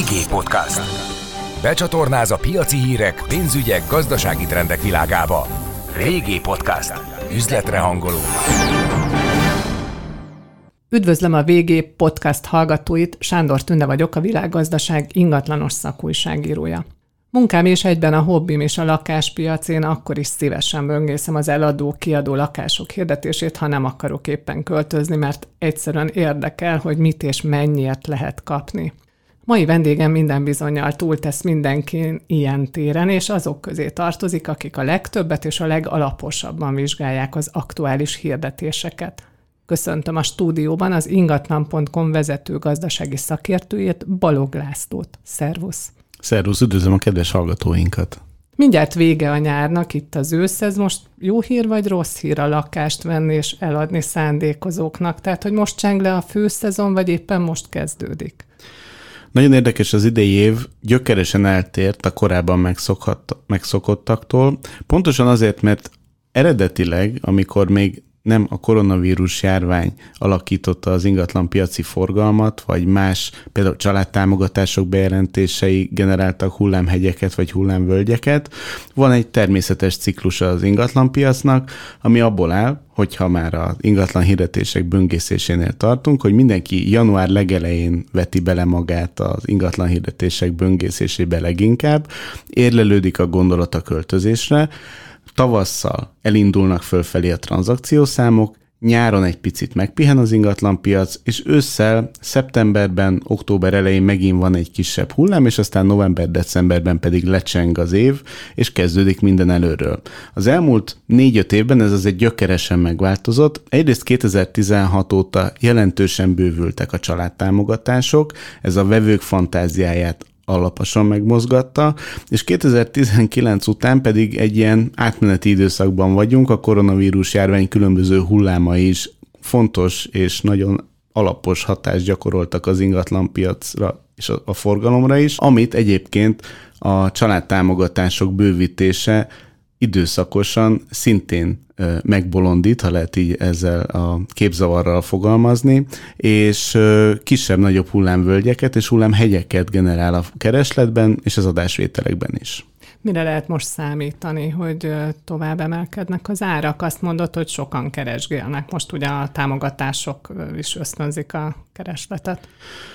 VG Podcast. Becsatornáz a piaci hírek, pénzügyek, gazdasági trendek világába. VG Podcast. Üzletre hangoló. Üdvözlöm a VG Podcast hallgatóit, Sándor Tünde vagyok, a Világgazdaság ingatlanos szakújságírója. Munkám és egyben a hobbim és a lakáspiacén akkor is szívesen böngészem az eladó-kiadó lakások hirdetését, ha nem akarok éppen költözni, mert egyszerűen érdekel, hogy mit és mennyiért lehet kapni. Mai vendégem minden bizonnyal túltesz mindenkin ilyen téren, és azok közé tartozik, akik a legtöbbet és a legalaposabban vizsgálják az aktuális hirdetéseket. Köszöntöm a stúdióban az ingatlan.com vezető gazdasági szakértőjét, Balog Lászlót. Szervusz! Szervusz, üdvözlöm a kedves hallgatóinkat! Mindjárt vége a nyárnak, itt az ősz, ez most jó hír vagy rossz hír a lakást venni és eladni szándékozóknak? Tehát, hogy most cseng le a főszezon, vagy éppen most kezdődik? Nagyon érdekes, az idei év gyökeresen eltért a korábban megszokottaktól, pontosan azért, mert eredetileg, amikor még nem a koronavírus járvány alakította az ingatlanpiaci forgalmat, vagy más, például családtámogatások bejelentései generáltak hullámhegyeket vagy hullámvölgyeket. Van egy természetes ciklusa az ingatlanpiacnak, ami abból áll, hogyha már az ingatlan hirdetések böngészésénél tartunk, hogy mindenki január legelején veti bele magát az ingatlan hirdetések böngészésébe leginkább, érlelődik a gondolat a költözésre, tavasszal elindulnak fölfelé a tranzakciószámok, nyáron egy picit megpihen az ingatlanpiac, és ősszel, szeptemberben, október elején megint van egy kisebb hullám, és aztán november-decemberben pedig lecseng az év, és kezdődik minden előről. Az elmúlt 4-5 évben ez azért gyökeresen megváltozott. Egyrészt 2016 óta jelentősen bővültek a családtámogatások, ez a vevők fantáziáját alaposan megmozgatta, és 2019 után pedig egy ilyen átmeneti időszakban vagyunk, a koronavírus járvány különböző hullámai is fontos és nagyon alapos hatást gyakoroltak az ingatlanpiacra és a forgalomra is, amit egyébként a családtámogatások bővítése időszakosan szintén megbolondít, ha lehet így ezzel a képzavarral fogalmazni, és kisebb-nagyobb hullámvölgyeket és hullámhegyeket generál a keresletben és az adásvételekben is. Mire lehet most számítani, hogy tovább emelkednek az árak? Azt mondod, hogy sokan keresgélnek. Most ugye a támogatások is ösztönzik a keresletet.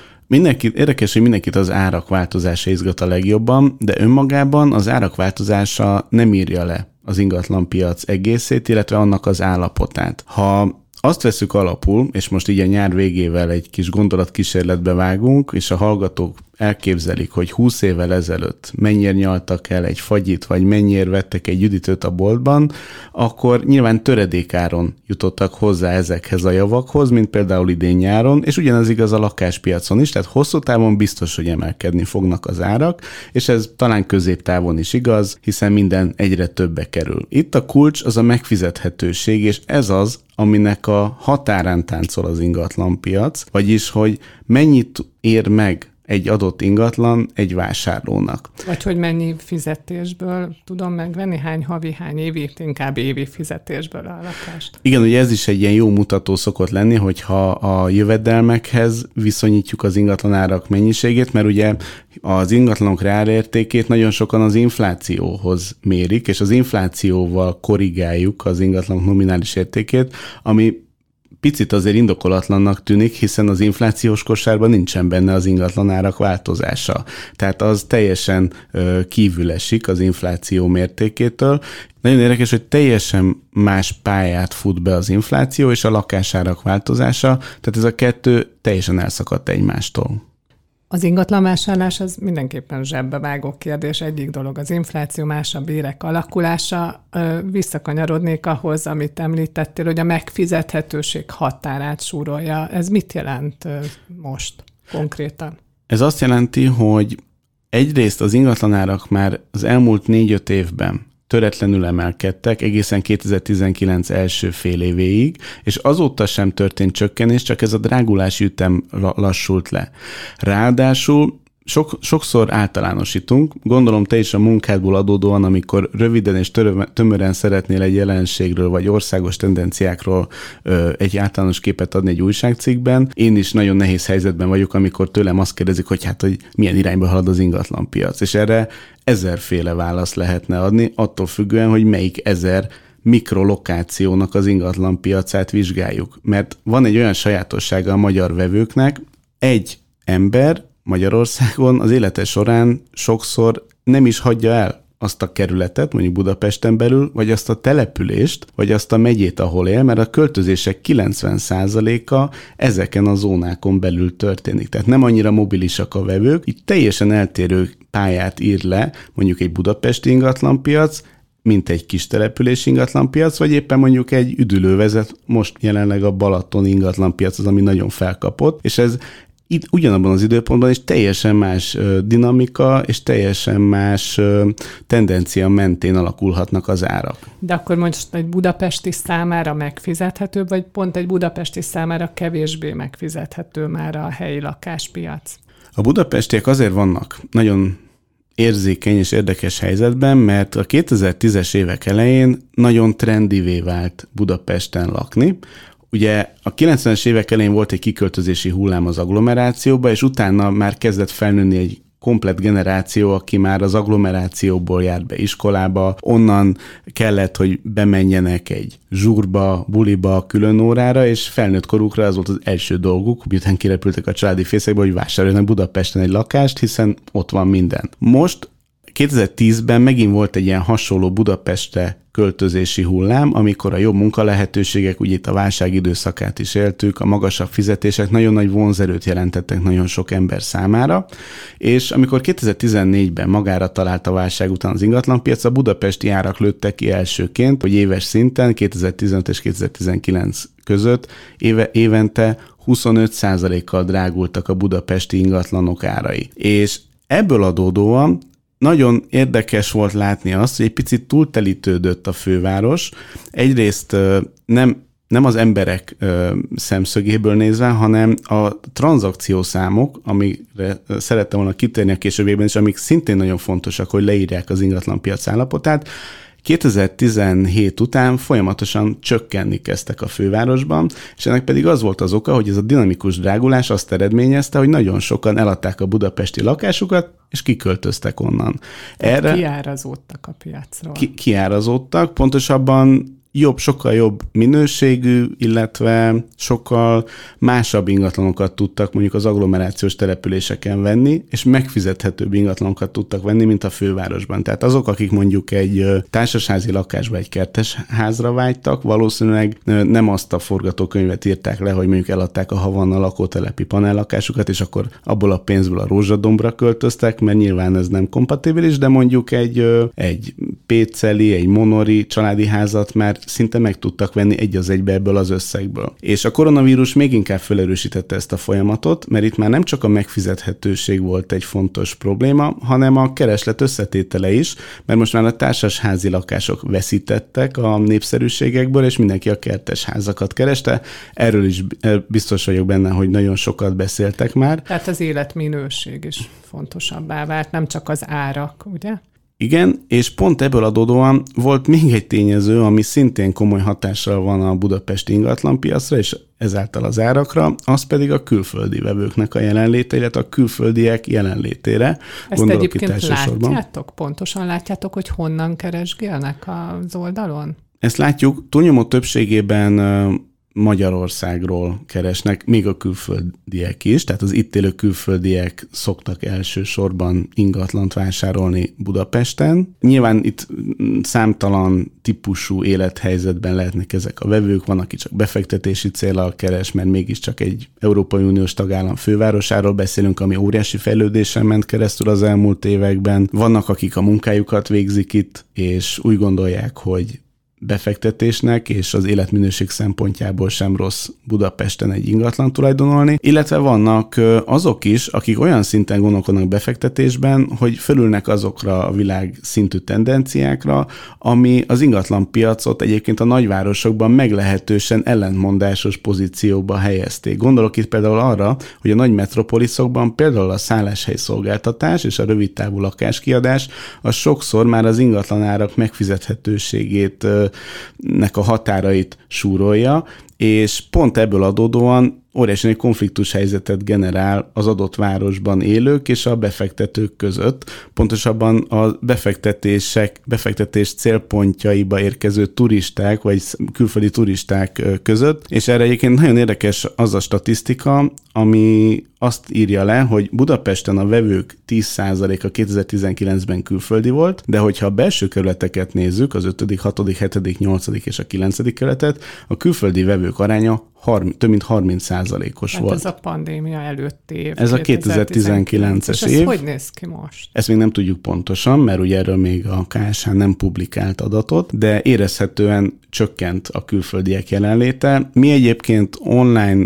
Érdekes, hogy mindenkit az árak változása izgat a legjobban, de önmagában az árak változása nem írja le az ingatlanpiac egészét, illetve annak az állapotát. Ha azt veszük alapul, és most így a nyár végével egy kis gondolatkísérletbe vágunk, és a hallgatók elképzelik, hogy 20 évvel ezelőtt mennyire nyaltak el egy fagyit, vagy mennyire vettek egy üdítőt a boltban, akkor nyilván töredékáron jutottak hozzá ezekhez a javakhoz, mint például idén nyáron, és ugyanez igaz a lakáspiacon is, tehát hosszú távon biztos, hogy emelkedni fognak az árak, és ez talán középtávon is igaz, hiszen minden egyre többe kerül. Itt a kulcs az a megfizethetőség, és ez az, aminek a határán táncol az ingatlanpiac, vagyis, hogy mennyit ér meg egy adott ingatlan egy vásárlónak. Vagy hogy mennyi fizetésből tudom megvenni, hány havi, hány évi, inkább évi fizetésből a lakást. Igen, ugye ez is egy ilyen jó mutató szokott lenni, hogyha a jövedelmekhez viszonyítjuk az ingatlanárak mennyiségét, mert ugye az ingatlanok reálértékét nagyon sokan az inflációhoz mérik, és az inflációval korrigáljuk az ingatlanok nominális értékét, ami picit azért indokolatlannak tűnik, hiszen az inflációs kosárban nincsen benne az ingatlanárak változása. Tehát az teljesen kívül esik az infláció mértékétől. Nagyon érdekes, hogy teljesen más pályát fut be az infláció és a lakásárak változása, tehát ez a kettő teljesen elszakadt egymástól. Az ingatlanvásárlás az mindenképpen zsebbevágó kérdés. Egyik dolog az infláció, más a bérek alakulása. Visszakanyarodnék ahhoz, amit említettél, hogy a megfizethetőség határát súrolja. Ez mit jelent most konkrétan? Ez azt jelenti, hogy egyrészt az ingatlanárak már az elmúlt 4-5 évben töretlenül emelkedtek egészen 2019 első fél évéig, és azóta sem történt csökkenés, csak ez a drágulási ütem lassult le. Ráadásul sokszor általánosítunk, gondolom te is a munkádból adódóan, amikor röviden és tömören szeretnél egy jelenségről vagy országos tendenciákról egy általános képet adni egy újságcikkben. Én is nagyon nehéz helyzetben vagyok, amikor tőlem azt kérdezik, hogy milyen irányba halad az ingatlanpiac, és erre 1000-féle választ lehetne adni, attól függően, hogy melyik 1000 mikrolokációnak az ingatlanpiacát vizsgáljuk. Mert van egy olyan sajátossága a magyar vevőknek, egy ember Magyarországon az élete során sokszor nem is hagyja el azt a kerületet, mondjuk Budapesten belül, vagy azt a települést, vagy azt a megyét, ahol él, mert a költözések 90%-a ezeken a zónákon belül történik. Tehát nem annyira mobilisak a vevők, így teljesen eltérő pályát ír le mondjuk egy budapesti ingatlanpiac, mint egy kis település ingatlanpiac, vagy éppen mondjuk egy üdülővezet, most jelenleg a Balaton ingatlanpiac az, ami nagyon felkapott, és ez itt ugyanabban az időpontban is teljesen más dinamika és teljesen más tendencia mentén alakulhatnak az árak. De akkor most egy budapesti számára megfizethető, vagy pont egy budapesti számára kevésbé megfizethető már a helyi lakáspiac? A budapestiek azért vannak nagyon érzékeny és érdekes helyzetben, mert a 2010-es évek elején nagyon trendivé vált Budapesten lakni. Ugye a 90-es évek elején volt egy kiköltözési hullám az agglomerációba, és utána már kezdett felnőni egy komplett generáció, aki már az agglomerációból járt be iskolába, onnan kellett, hogy bemenjenek egy zsúrba, buliba, külön órára, és felnőtt korukra az volt az első dolguk, miután kirepültek a családi fészekbe, hogy vásároljanak Budapesten egy lakást, hiszen ott van minden. Most 2010-ben megint volt egy ilyen hasonló Budapestre költözési hullám, amikor a jobb munkalehetőségek, ugye itt a válság időszakát is éltük, a magasabb fizetések nagyon nagy vonzerőt jelentettek nagyon sok ember számára, és amikor 2014-ben magára talált a válság után az ingatlanpiac, a budapesti árak lőttek ki elsőként, hogy éves szinten 2015 és 2019 között évente 25%-kal drágultak a budapesti ingatlanok árai. És ebből adódóan nagyon érdekes volt látni azt, hogy egy picit túltelítődött a főváros. Egyrészt nem az emberek szemszögéből nézve, hanem a tranzakciószámok, amire szerettem volna kitérni a későbbiekben is, amik szintén nagyon fontosak, hogy leírják az ingatlanpiac állapotát. 2017 után folyamatosan csökkenni kezdtek a fővárosban, és ennek pedig az volt az oka, hogy ez a dinamikus drágulás azt eredményezte, hogy nagyon sokan eladták a budapesti lakásukat, és kiköltöztek onnan. Kiárazódtak a piacról. Kiárazódtak, pontosabban sokkal jobb minőségű, illetve sokkal másabb ingatlanokat tudtak mondjuk az agglomerációs településeken venni, és megfizethetőbb ingatlanokat tudtak venni, mint a fővárosban. Tehát azok, akik mondjuk egy társasházi lakásba, egy kertesházra vágytak, valószínűleg nem azt a forgatókönyvet írták le, hogy mondjuk eladták a Havanna lakótelepi panellakásukat, és akkor abból a pénzből a Rózsadombra költöztek, mert nyilván ez nem kompatibilis, de mondjuk egy péceli, egy monori családi házat már szinte meg tudtak venni egy az egybe ebből az összegből. És a koronavírus még inkább felerősítette ezt a folyamatot, mert itt már nem csak a megfizethetőség volt egy fontos probléma, hanem a kereslet összetétele is, mert most már a társasházi lakások veszítettek a népszerűségekből, és mindenki a kertesházakat kereste. Erről is biztos vagyok benne, hogy nagyon sokat beszéltek már. Tehát az életminőség is fontosabbá vált, nem csak az árak, ugye? Igen, és pont ebből adódóan volt még egy tényező, ami szintén komoly hatással van a budapesti ingatlanpiacra, és ezáltal az árakra, az pedig a külföldi vevőknek a jelenléte, illetve a külföldiek jelenlétére. Ezt egyébként látjátok? Pontosan látjátok, hogy honnan keresgélnek az oldalon? Ezt látjuk, túlnyomó többségében Magyarországról keresnek, még a külföldiek is, tehát az itt élő külföldiek szoktak elsősorban ingatlant vásárolni Budapesten. Nyilván itt számtalan típusú élethelyzetben lehetnek ezek a vevők, van, aki csak befektetési céllal keres, mert mégiscsak egy Európai Uniós tagállam fővárosáról beszélünk, ami óriási fejlődésen ment keresztül az elmúlt években. Vannak, akik a munkájukat végzik itt, és úgy gondolják, hogy befektetésnek, és az életminőség szempontjából sem rossz Budapesten egy ingatlan tulajdonolni, illetve vannak azok is, akik olyan szinten gondolkodnak befektetésben, hogy fölülnek azokra a világ szintű tendenciákra, ami az ingatlan piacot egyébként a nagyvárosokban meglehetősen ellentmondásos pozícióba helyezték. Gondolok itt például arra, hogy a nagy metropoliszokban például a szálláshelyszolgáltatás és a rövidtávú lakáskiadás az sokszor már az ingatlanárak megfizethetőségét nek a határait súrolja, és pont ebből adódóan óriási egy konfliktus helyzetet generál az adott városban élők és a befektetők között, pontosabban a befektetés célpontjaiba érkező turisták, vagy külföldi turisták között, és erre egyébként nagyon érdekes az a statisztika, ami azt írja le, hogy Budapesten a vevők 10%-a 2019-ben külföldi volt, de hogyha a belső kerületeket nézzük, az 5., 6., 7., 8. és a 9. kerületet, a külföldi vevők aránya több mint 30%-os volt. Ez a pandémia előtti év. Ez a 2019-es év. És ez hogy néz ki most? Ezt még nem tudjuk pontosan, mert ugye erről még a KSH nem publikált adatot, de érezhetően csökkent a külföldiek jelenléte. Mi egyébként online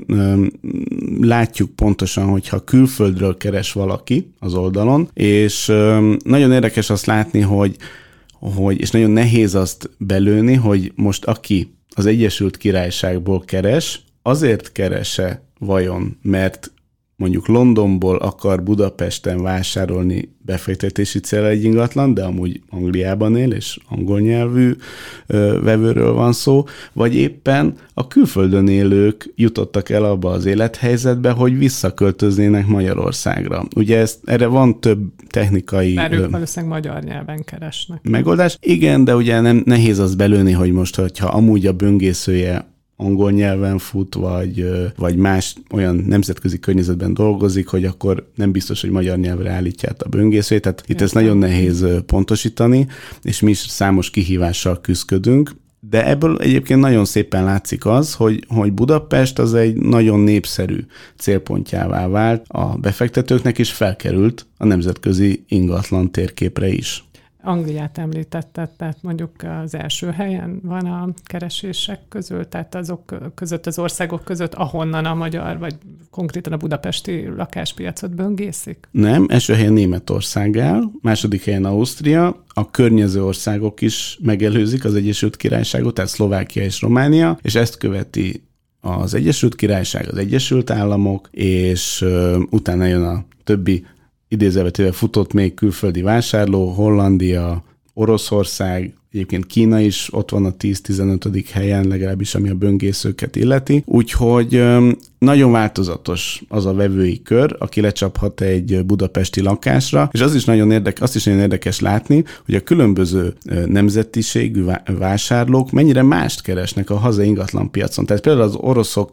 látjuk pontosan, hogyha külföldről keres valaki az oldalon, és nagyon érdekes azt látni, hogy és nagyon nehéz azt belőni, hogy most aki az Egyesült Királyságból keres, azért kerese vajon, mert mondjuk Londonból akar Budapesten vásárolni befektetési célra egy ingatlan, de amúgy Angliában él, és angol nyelvű vevőről van szó, vagy éppen a külföldön élők jutottak el abba az élethelyzetbe, hogy visszaköltöznének Magyarországra. Ugye erre van több technikai... Mert ők valószínűleg magyar nyelven keresnek. Megoldás. Igen, de ugye nem nehéz azt belőni, hogy most, hogyha amúgy a böngészője angol nyelven fut, vagy más olyan nemzetközi környezetben dolgozik, hogy akkor nem biztos, hogy magyar nyelvre állítja át a böngészőjét. Tehát itt ezt nagyon nehéz pontosítani, és mi is számos kihívással küzdködünk. De ebből egyébként nagyon szépen látszik az, hogy Budapest az egy nagyon népszerű célpontjává vált a befektetőknek, és felkerült a nemzetközi ingatlan térképre is. Angliát említetted, tehát mondjuk az első helyen van a keresések közül, tehát azok között, az országok között, ahonnan a magyar, vagy konkrétan a budapesti lakáspiacot böngészik? Nem, első helyen Németország áll, második helyen Ausztria, a környező országok is megelőzik az Egyesült Királyságot, tehát Szlovákia és Románia, és ezt követi az Egyesült Királyság, az Egyesült Államok, és utána jön a többi idézelvetével futott még külföldi vásárló, Hollandia, Oroszország, egyébként Kína is ott van a 10-15. helyen, legalábbis ami a böngészőket illeti. Úgyhogy nagyon változatos az a vevői kör, aki lecsaphat egy budapesti lakásra, és azt is nagyon érdekes látni, hogy a különböző nemzetiségű vásárlók mennyire mást keresnek a hazai ingatlanpiacon. Tehát például az oroszok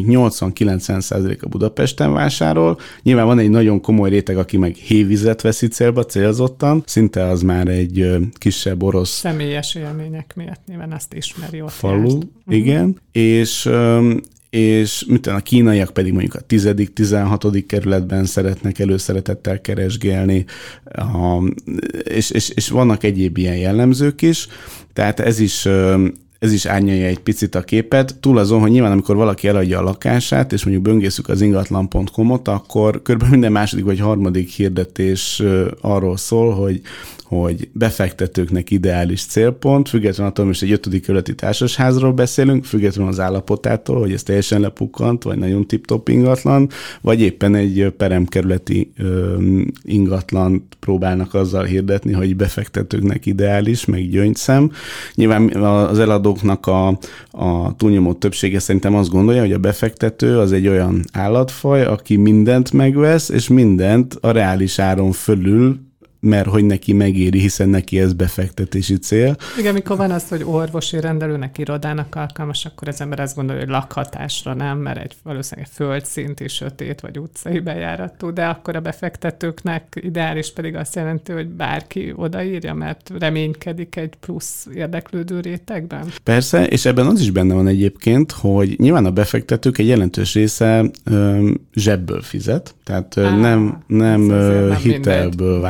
80-90% a Budapesten vásárol. Nyilván van egy nagyon komoly réteg, aki meg hévizet veszi célba célzottan. Szinte az már egy kisebb orosz... Személyes élmények miatt nyilván azt ismeri ott. Falu, igen. És a kínaiak pedig mondjuk a 10., 16. kerületben szeretnek előszeretettel keresgélni, és vannak egyéb ilyen jellemzők is. Tehát ez is árnyalja egy picit a képet, túl azon, hogy nyilván amikor valaki eladja a lakását, és mondjuk böngészük az ingatlan.com-ot, akkor körülbelül minden második vagy harmadik hirdetés arról szól, hogy befektetőknek ideális célpont, függetlenül attól, most egy 5. kerületi társasházról beszélünk, függetlenül az állapotától, hogy ez teljesen lepukkant, vagy nagyon tip-top ingatlan, vagy éppen egy peremkerületi ingatlan próbálnak azzal hirdetni, hogy befektetőknek ideális, meg gyöngyszem. Nyilván az eladóknak a túlnyomó többsége szerintem azt gondolja, hogy a befektető az egy olyan állatfaj, aki mindent megvesz, és mindent a reális áron fölül, mert hogy neki megéri, hiszen neki ez befektetési cél. Igen, mikor van az, hogy orvosi rendelőnek, irodának alkalmas, akkor az ember azt gondolja, hogy lakhatásra nem, mert valószínűleg földszinti, sötét vagy utcai bejáratú, de akkor a befektetőknek ideális pedig azt jelenti, hogy bárki odaírja, mert reménykedik egy plusz érdeklődő rétegben. Persze, és ebben az is benne van egyébként, hogy nyilván a befektetők egy jelentős része zsebből fizet, tehát nem hitelből vásárol,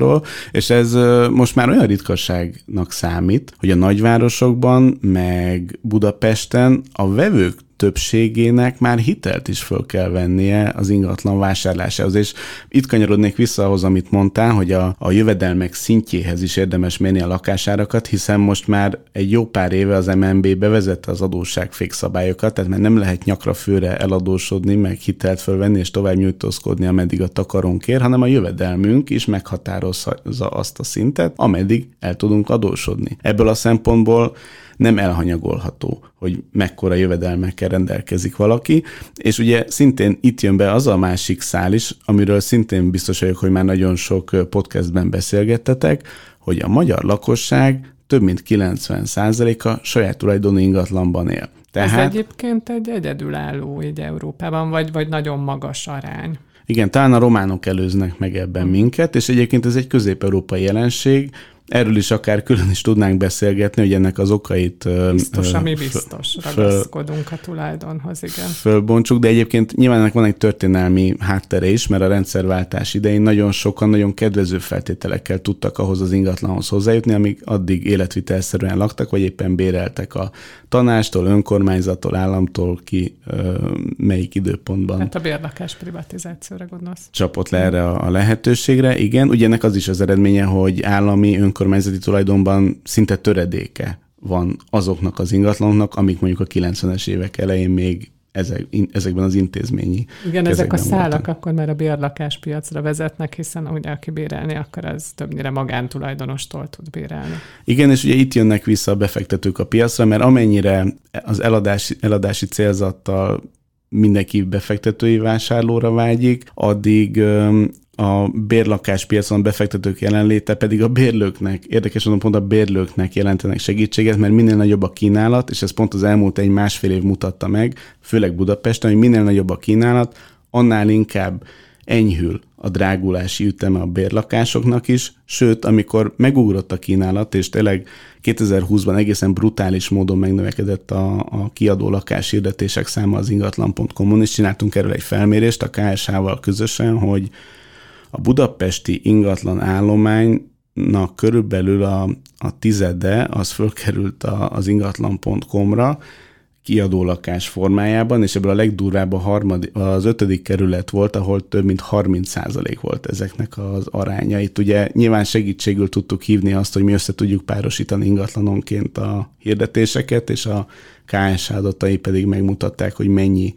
oldalról, és ez most már olyan ritkaságnak számít, hogy a nagyvárosokban, meg Budapesten a vevők többségének már hitelt is föl kell vennie az ingatlan vásárlásához. És itt kanyarodnék vissza ahhoz, amit mondtál, hogy a jövedelmek szintjéhez is érdemes mérni a lakásárakat, hiszen most már egy jó pár éve az MNB bevezette az adósságfék szabályokat, tehát már nem lehet nyakra főre eladósodni, meg hitelt fölvenni és tovább nyújtózkodni, ameddig a takarónk ér, hanem a jövedelmünk is meghatározza azt a szintet, ameddig el tudunk adósodni. Ebből a szempontból nem elhanyagolható, hogy mekkora jövedelmekkel rendelkezik valaki, és ugye szintén itt jön be az a másik szál is, amiről szintén biztos vagyok, hogy már nagyon sok podcastben beszélgettetek, hogy a magyar lakosság több mint 90%-a saját tulajdonú ingatlanban él. Tehát... Ez egyébként egy egyedülálló így Európában, vagy nagyon magas arány. Igen, talán a románok előznek meg ebben minket, és egyébként ez egy közép-európai jelenség. Erről is akár külön is tudnánk beszélgetni, hogy ennek az okait... Biztos, ami biztos. Ragaszkodunk a tulajdonhoz, igen. Fölbontsuk, de egyébként nyilván ennek van egy történelmi háttere is, mert a rendszerváltás idején nagyon sokan nagyon kedvező feltételekkel tudtak ahhoz az ingatlanhoz hozzájutni, amíg addig életvitelszerűen laktak, vagy éppen béreltek a tanástól, önkormányzattól, államtól ki melyik időpontban. Hát a bérlakás privatizációra gondolsz. Csapott le erre a lehetőségre, igen. Ugye ennek az is az eredménye, hogy állami önkormányzati tulajdonban szinte töredéke van azoknak az ingatlanoknak, amik mondjuk a 90-es évek elején még ezekben az intézményi igen, ezek a szálak voltak. Akkor már a bérlakáspiacra vezetnek, hiszen ugye aki bérelni, akkor az többnyire magántulajdonostól tud bérelni. Igen, és ugye itt jönnek vissza a befektetők a piacra, mert amennyire az eladási célzattal mindenki befektetői vásárlóra vágyik, addig a bérlakáspiacon befektetők jelenléte pedig a bérlőknek, érdekes módon pont a bérlőknek jelentenek segítséget, mert minél nagyobb a kínálat, és ez pont az elmúlt másfél év mutatta meg, főleg Budapesten, hogy minél nagyobb a kínálat, annál inkább enyhül a drágulási üteme a bérlakásoknak is, sőt, amikor megugrott a kínálat, és tényleg 2020-ban egészen brutális módon megnövekedett a kiadó lakáshirdetések száma az ingatlan.com-on, és csináltunk erről egy felmérést a KSH-val közösen, hogy a budapesti ingatlan állománynak körülbelül a tizede az fölkerült az ingatlan.com-ra kiadó lakás formájában, és ebből a legdurvább az 5. kerület volt, ahol több mint 30% volt ezeknek az aránya. Itt ugye nyilván segítségül tudtuk hívni azt, hogy mi össze tudjuk párosítani ingatlanonként a hirdetéseket, és a KSH adatai pedig megmutatták, hogy mennyi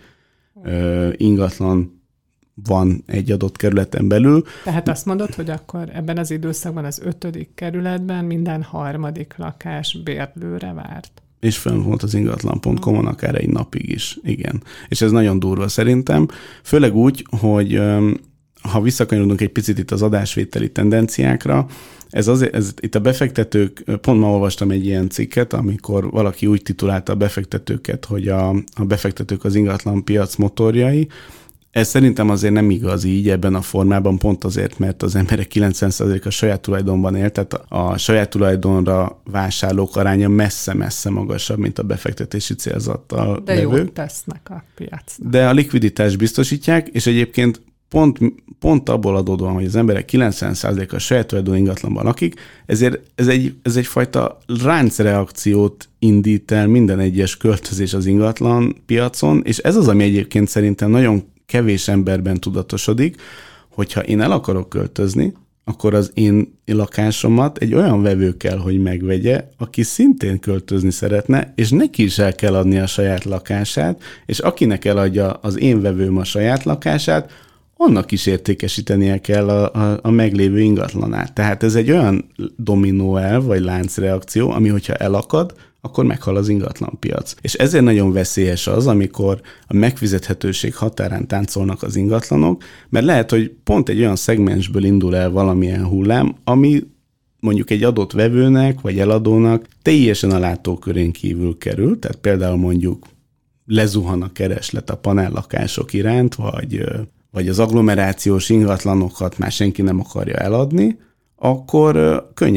ingatlan van egy adott kerületen belül. Tehát azt mondod, hogy akkor ebben az időszakban az 5. kerületben minden 3. lakás bérlőre várt. És fönn volt az ingatlan.com-on akár egy napig is, igen. És ez nagyon durva szerintem, főleg úgy, hogy ha visszakanyarodunk egy picit itt az adásvételi tendenciákra, ez itt a befektetők, pont ma olvastam egy ilyen cikket, amikor valaki úgy titulálta a befektetőket, hogy a befektetők az ingatlan piac motorjai. Ez szerintem azért nem igaz így ebben a formában, pont azért, mert az emberek 90%-a saját tulajdonban él, tehát a saját tulajdonra vásárlók aránya messze-messze magasabb, mint a befektetési célzattal de levők. De jót tesznek a piacnak. De a likviditást biztosítják, és egyébként pont abból adódóan, hogy az emberek 90%-a saját tulajdonú ingatlanban lakik, ezért ez egyfajta láncreakciót indít el minden egyes költözés az ingatlan piacon, és ez az, ami egyébként szerintem nagyon kevés emberben tudatosodik, hogyha én el akarok költözni, akkor az én lakásomat egy olyan vevő kell, hogy megvegye, aki szintén költözni szeretne, és neki is el kell adni a saját lakását, és akinek eladja az én vevőm a saját lakását, annak is értékesítenie kell a meglévő ingatlanát. Tehát ez egy olyan dominóelv, vagy láncreakció, ami hogyha elakad, akkor meghal az ingatlanpiac. És ezért nagyon veszélyes az, amikor a megfizethetőség határán táncolnak az ingatlanok, mert lehet, hogy pont egy olyan szegmensből indul el valamilyen hullám, ami mondjuk egy adott vevőnek, vagy eladónak teljesen a látókörén kívül kerül, tehát például mondjuk lezuhan a kereslet a panellakások iránt, vagy az agglomerációs ingatlanokat már senki nem akarja eladni, akkor könnyen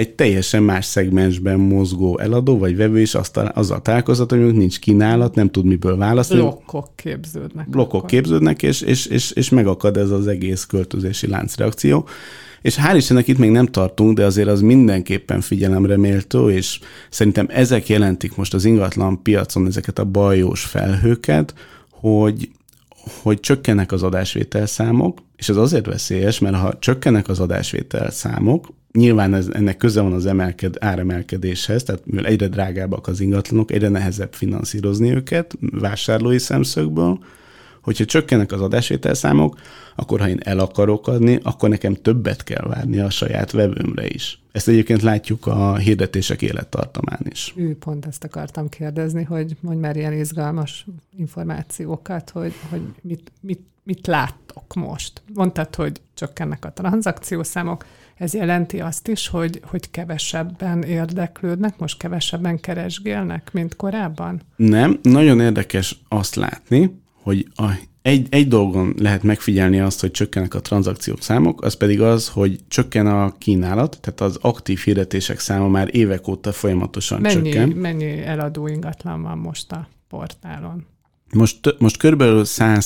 egy teljesen más szegmensben mozgó eladó vagy vevő is azzal találkozott, hogy nincs kínálat, nem tud miből választani. Blokkok képződnek, és megakad ez az egész költözési láncreakció. És hál' Istennek itt még nem tartunk, de azért az mindenképpen figyelemre méltó, és szerintem ezek jelentik most az ingatlan piacon ezeket a bajós felhőket, hogy csökkennek az adásvételszámok, és ez azért veszélyes, mert ha csökkennek az adásvételszámok, nyilván ennek köze van az áremelkedéshez, tehát mivel egyre drágábbak az ingatlanok, egyre nehezebb finanszírozni őket vásárlói szemszögből. Hogyha csökkennek az adásvételszámok, akkor ha én el akarok adni, akkor nekem többet kell várni a saját vevőmre is. Ezt egyébként látjuk a hirdetések élettartamán is. Pont ezt akartam kérdezni, hogy mondj már ilyen izgalmas információkat, hogy mit láttok most. Mondtad, hogy csökkennek a tranzakciószámok. Ez jelenti azt is, hogy kevesebben érdeklődnek, most kevesebben keresgélnek, mint korábban? Nem, nagyon érdekes azt látni, hogy egy dolgon lehet megfigyelni azt, hogy csökkennek a tranzakciók számok, az pedig az, hogy csökken a kínálat, tehát az aktív hirdetések száma már évek óta folyamatosan csökken. Mennyi eladó ingatlan van most a portálon? Most körülbelül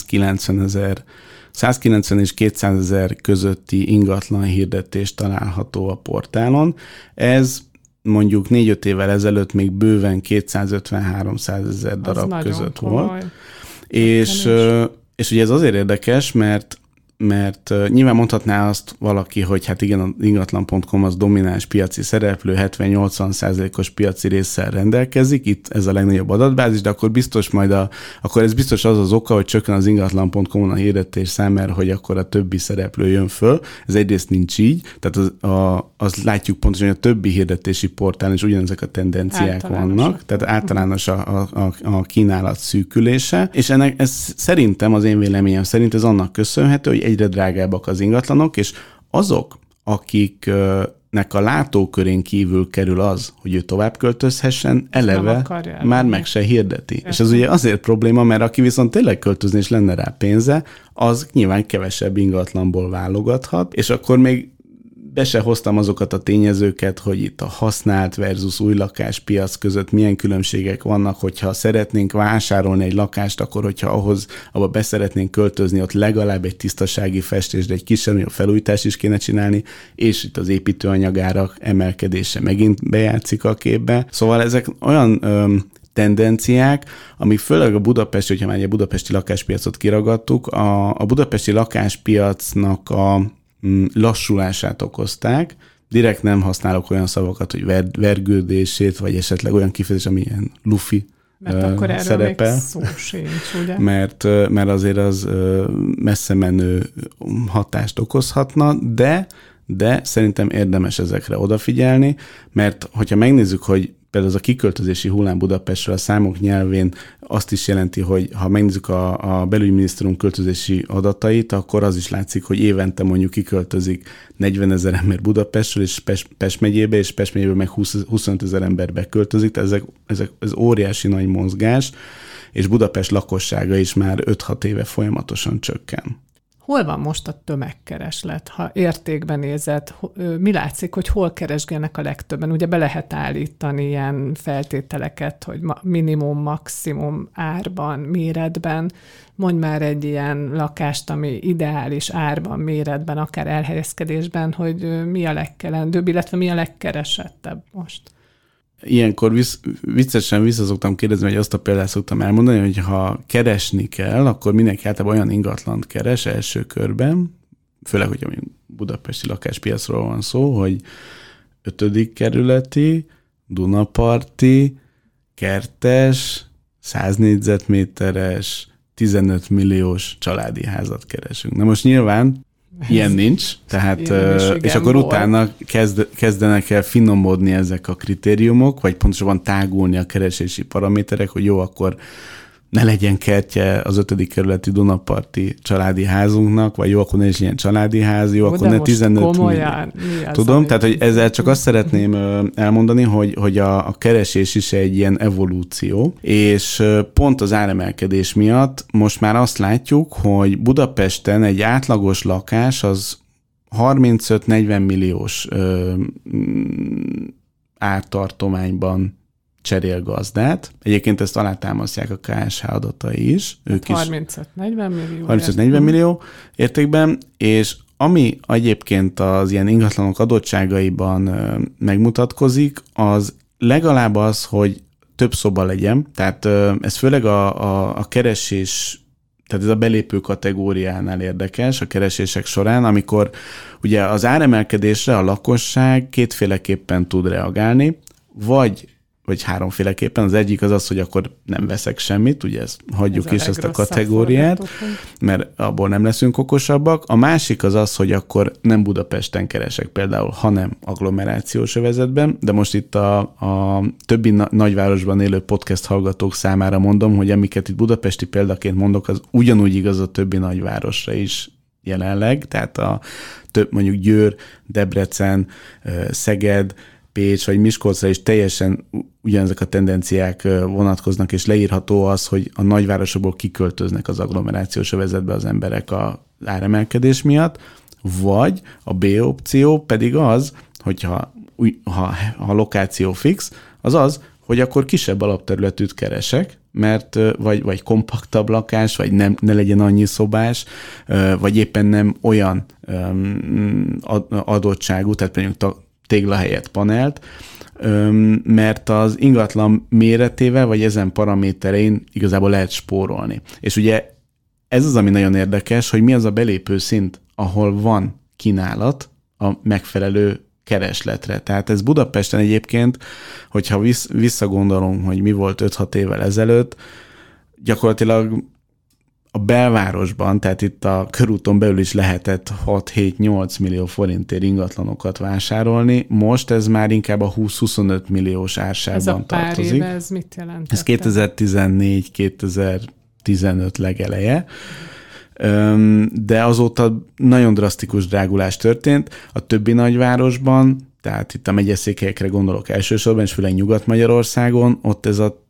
190 és 200 ezer közötti ingatlan hirdetés található a portálon. Ez mondjuk 4-5 évvel ezelőtt még bőven 250-300 ezer darab között volt. És ugye ez azért érdekes, mert nyilván mondhatná azt valaki, hogy hát igen, az ingatlan.com az domináns piaci szereplő, 70-80%-os piaci résszel rendelkezik, itt ez a legnagyobb adatbázis, de akkor biztos akkor ez biztos az oka, hogy csökken az ingatlan.com-on a hirdetés szám, mert hogy akkor a többi szereplő jön föl. Ez egyrészt nincs így, tehát azt látjuk pontosan, hogy a többi hirdetési portálon is ugyanezek a tendenciák vannak, tehát általános a kínálat szűkülése, és ez szerintem, az én véleményem szerint ez annak köszönhető, hogy egyre drágábbak az ingatlanok, és azok, akiknek a látókörén kívül kerül az, hogy ő tovább költözhessen, eleve már meg se hirdeti. És ez ugye azért probléma, mert aki viszont tényleg költözni és lenne rá pénze, az nyilván kevesebb ingatlanból válogathat, és akkor még be se hoztam azokat a tényezőket, hogy itt a használt versus új lakáspiac között milyen különbségek vannak, hogyha szeretnénk vásárolni egy lakást, akkor hogyha abba be szeretnénk költözni, ott legalább egy tisztasági festés, de egy kisebb felújítást is kéne csinálni, és itt az építőanyagárak emelkedése megint bejátszik a képbe. Szóval ezek olyan tendenciák, amik főleg a budapesti, hogyha már egy budapesti lakáspiacot kiragadtuk, a budapesti lakáspiacnak a lassulását okozták. Direkt nem használok olyan szavakat, hogy vergődését, vagy esetleg olyan kifejezés, ami ilyen lufi mert akkor erről szerepel. még szó sincs, ugye? Mert azért az messze menő hatást okozhatna, de szerintem érdemes ezekre odafigyelni, mert hogyha megnézzük, hogy például az a kiköltözési hullám Budapestről a számok nyelvén azt is jelenti, hogy ha megnézzük a belügyminisztérium költözési adatait, akkor az is látszik, hogy évente mondjuk kiköltözik 40 000 ember Budapestről és Pest megyébe, és Pest megyéből meg 25 000 ember beköltözik, tehát ez óriási nagy mozgás, és Budapest lakossága is már 5-6 éve folyamatosan csökken. Hol van most a tömegkereslet? Ha értékben nézed, mi látszik, hogy hol keresgélnek a legtöbben? Ugye be lehet állítani ilyen feltételeket, hogy minimum, maximum árban, méretben. Mondj már egy ilyen lakást, ami ideális árban, méretben, akár elhelyezkedésben, hogy mi a legkelendőbb, illetve mi a legkeresettebb most? Ilyenkor viccesen vissza szoktam kérdezni, hogy azt a példát szoktam elmondani, hogy ha keresni kell, akkor mindenki általában olyan ingatlant keres első körben, főleg, hogy budapesti lakáspiacról van szó, hogy 5. kerületi, Dunaparti, kertes, 100 négyzetméteres, 15 milliós családi házat keresünk. Na most nyilván ilyen nincs, tehát, és akkor utána kezdenek el finomodni ezek a kritériumok, vagy pontosabban tágulni a keresési paraméterek, hogy jó, akkor ne legyen kertje az 5. kerületi Dunaparti családi házunknak, vagy jó, akkor ne is ilyen családi ház, jó, akkor ne 15 millió. Tudom, tehát hogy ezzel csak azt szeretném elmondani, hogy a keresés is egy ilyen evolúció, és pont az áremelkedés miatt most már azt látjuk, hogy Budapesten egy átlagos lakás az 35-40 milliós ártartományban cserél gazdát. Egyébként ezt alátámasztják a KSH adatai is. Ők 35-40 millió. 35-40 millió értékben, és ami egyébként az ilyen ingatlanok adottságaiban megmutatkozik, az legalább az, hogy több szoba legyen, tehát ez főleg a keresés, tehát ez a belépő kategóriánál érdekes a keresések során, amikor ugye az áremelkedésre a lakosság kétféleképpen tud reagálni, vagy háromféleképpen. Az egyik az, hogy akkor nem veszek semmit, ugye hagyjuk is ezt a kategóriát, mert abból nem leszünk okosabbak. A másik az, hogy akkor nem Budapesten keresek például, hanem agglomerációs övezetben, de most itt a többi nagyvárosban élő podcast hallgatók számára mondom, hogy amiket itt budapesti példaként mondok, az ugyanúgy igaz a többi nagyvárosra is jelenleg, tehát mondjuk Győr, Debrecen, Szeged, Pécs vagy Miskolcra is teljesen ugyanezek a tendenciák vonatkoznak, és leírható az, hogy a nagyvárosokból kiköltöznek az agglomerációs övezetbe az emberek az áremelkedés miatt, vagy a B opció pedig az, hogyha a lokáció fix, az, hogy akkor kisebb alapterületűt keresek, mert vagy kompaktabb lakás, vagy ne legyen annyi szobás, vagy éppen nem olyan adottságú, tehát mondjuk tégla helyett panelt, mert az ingatlan méretével, vagy ezen paraméterein igazából lehet spórolni. És ugye ez az, ami nagyon érdekes, hogy mi az a belépő szint, ahol van kínálat a megfelelő keresletre. Tehát ez Budapesten egyébként, hogyha visszagondolunk, hogy mi volt 5-6 évvel ezelőtt, gyakorlatilag a belvárosban, tehát itt a körúton belül is lehetett 6-7-8 millió forintért ingatlanokat vásárolni, most ez már inkább a 20-25 milliós ársában tartozik. Ez a pár éve, ez mit jelent? Ez 2014-2015 legeleje, de azóta nagyon drasztikus drágulás történt. A többi nagyvárosban, tehát itt a megyeszékhelyekre gondolok elsősorban, és főleg Nyugat-Magyarországon, ott ez a